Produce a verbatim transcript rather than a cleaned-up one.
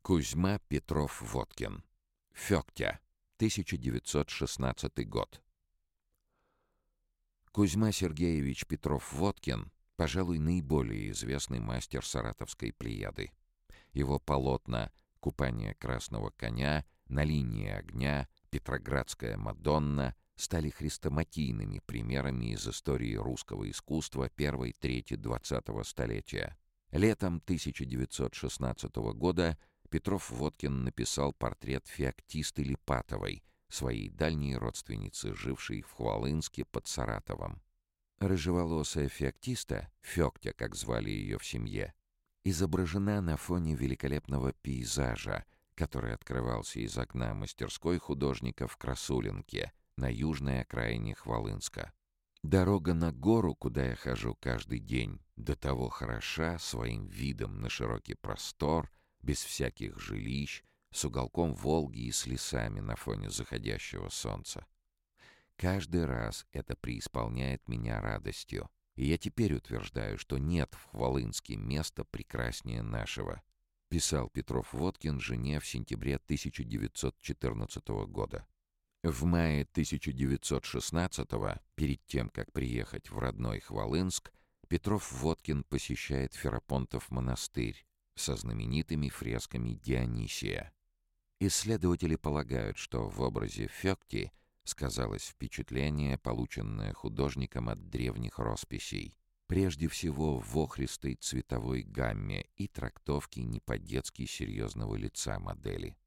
Кузьма Петров-Водкин. Фёктя. тысяча девятьсот шестнадцатый год. Кузьма Сергеевич Петров-Водкин, пожалуй, наиболее известный мастер саратовской плеяды. Его полотна «Купание красного коня», «На линии огня», «Петроградская Мадонна» стали хрестоматийными примерами из истории русского искусства первой трети двадцатого столетия. Летом тысяча девятьсот шестнадцатого года Петров-Водкин написал портрет Феоктисты Липатовой, своей дальней родственницы, жившей в Хвалынске под Саратовом. Рыжеволосая Феоктиста, Фёктя, как звали ее в семье, изображена на фоне великолепного пейзажа, который открывался из окна мастерской художника в Красулинке, на южной окраине Хвалынска. Дорога на гору, куда я хожу каждый день, до того хороша своим видом на широкий простор, без всяких жилищ, с уголком Волги и с лесами на фоне заходящего солнца. Каждый раз это преисполняет меня радостью, и я теперь утверждаю, что нет в Хвалынске места прекраснее нашего, писал Петров-Водкин жене в сентябре тысяча девятьсот четырнадцатого года. В мае тысяча девятьсот шестнадцатого, перед тем, как приехать в родной Хвалынск, Петров-Водкин посещает Ферапонтов монастырь со знаменитыми фресками Дионисия. Исследователи полагают, что в образе Фёкти сказалось впечатление, полученное художником от древних росписей, прежде всего в охристой цветовой гамме и трактовке не по-детски серьезного лица модели.